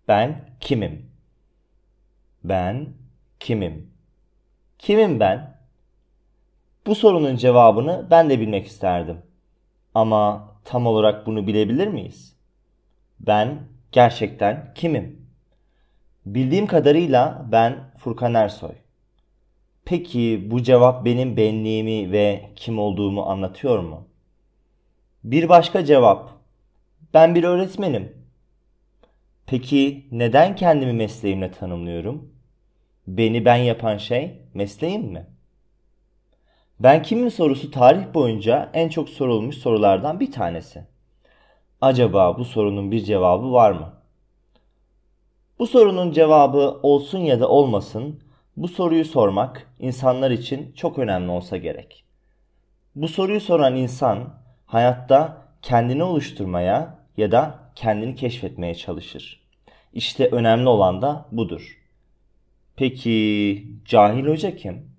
Ben kimim? Ben kimim? Kimim ben? Bu sorunun cevabını ben de bilmek isterdim. Ama tam olarak bunu bilebilir miyiz? Ben gerçekten kimim? Bildiğim kadarıyla ben Furkan Ersoy. Peki bu cevap benim benliğimi ve kim olduğumu anlatıyor mu? Bir başka cevap. Ben bir öğretmenim. Peki neden kendimi mesleğimle tanımlıyorum? Beni ben yapan şey mesleğim mi? Ben kimim sorusu tarih boyunca en çok sorulmuş sorulardan bir tanesi. Acaba bu sorunun bir cevabı var mı? Bu sorunun cevabı olsun ya da olmasın, bu soruyu sormak insanlar için çok önemli olsa gerek. Bu soruyu soran insan hayatta kendini oluşturmaya ya da kendini keşfetmeye çalışır. İşte önemli olan da budur. Peki Cahil Hoca kim?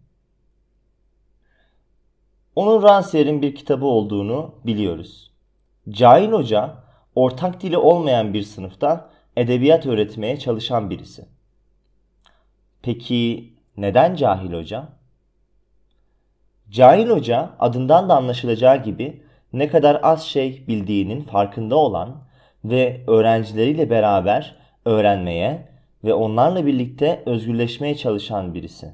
Onun Rancière'in bir kitabı olduğunu biliyoruz. Cahil Hoca, ortak dili olmayan bir sınıfta edebiyat öğretmeye çalışan birisi. Peki neden Cahil Hoca? Cahil Hoca adından da anlaşılacağı gibi ne kadar az şey bildiğinin farkında olan ve öğrencileriyle beraber öğrenmeye ve onlarla birlikte özgürleşmeye çalışan birisi.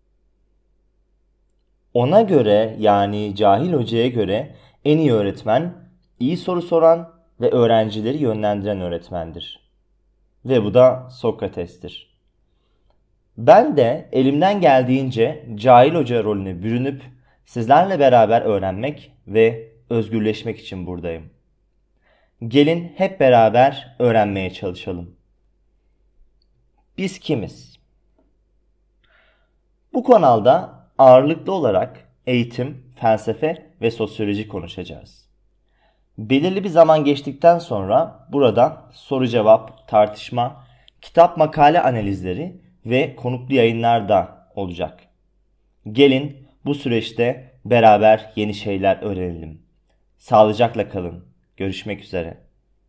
Ona göre yani Cahil Hoca'ya göre en iyi öğretmen iyi soru soran ve öğrencileri yönlendiren öğretmendir. Ve bu da Sokrates'tir. Ben de elimden geldiğince Cahil Hoca rolüne bürünüp sizlerle beraber öğrenmek ve özgürleşmek için buradayım. Gelin hep beraber öğrenmeye çalışalım. Biz kimiz? Bu kanalda ağırlıklı olarak eğitim, felsefe ve sosyoloji konuşacağız. Belirli bir zaman geçtikten sonra burada soru cevap, tartışma, kitap makale analizleri ve konuklu yayınlar da olacak. Gelin bu süreçte beraber yeni şeyler öğrenelim. Sağlıcakla kalın. Görüşmek üzere.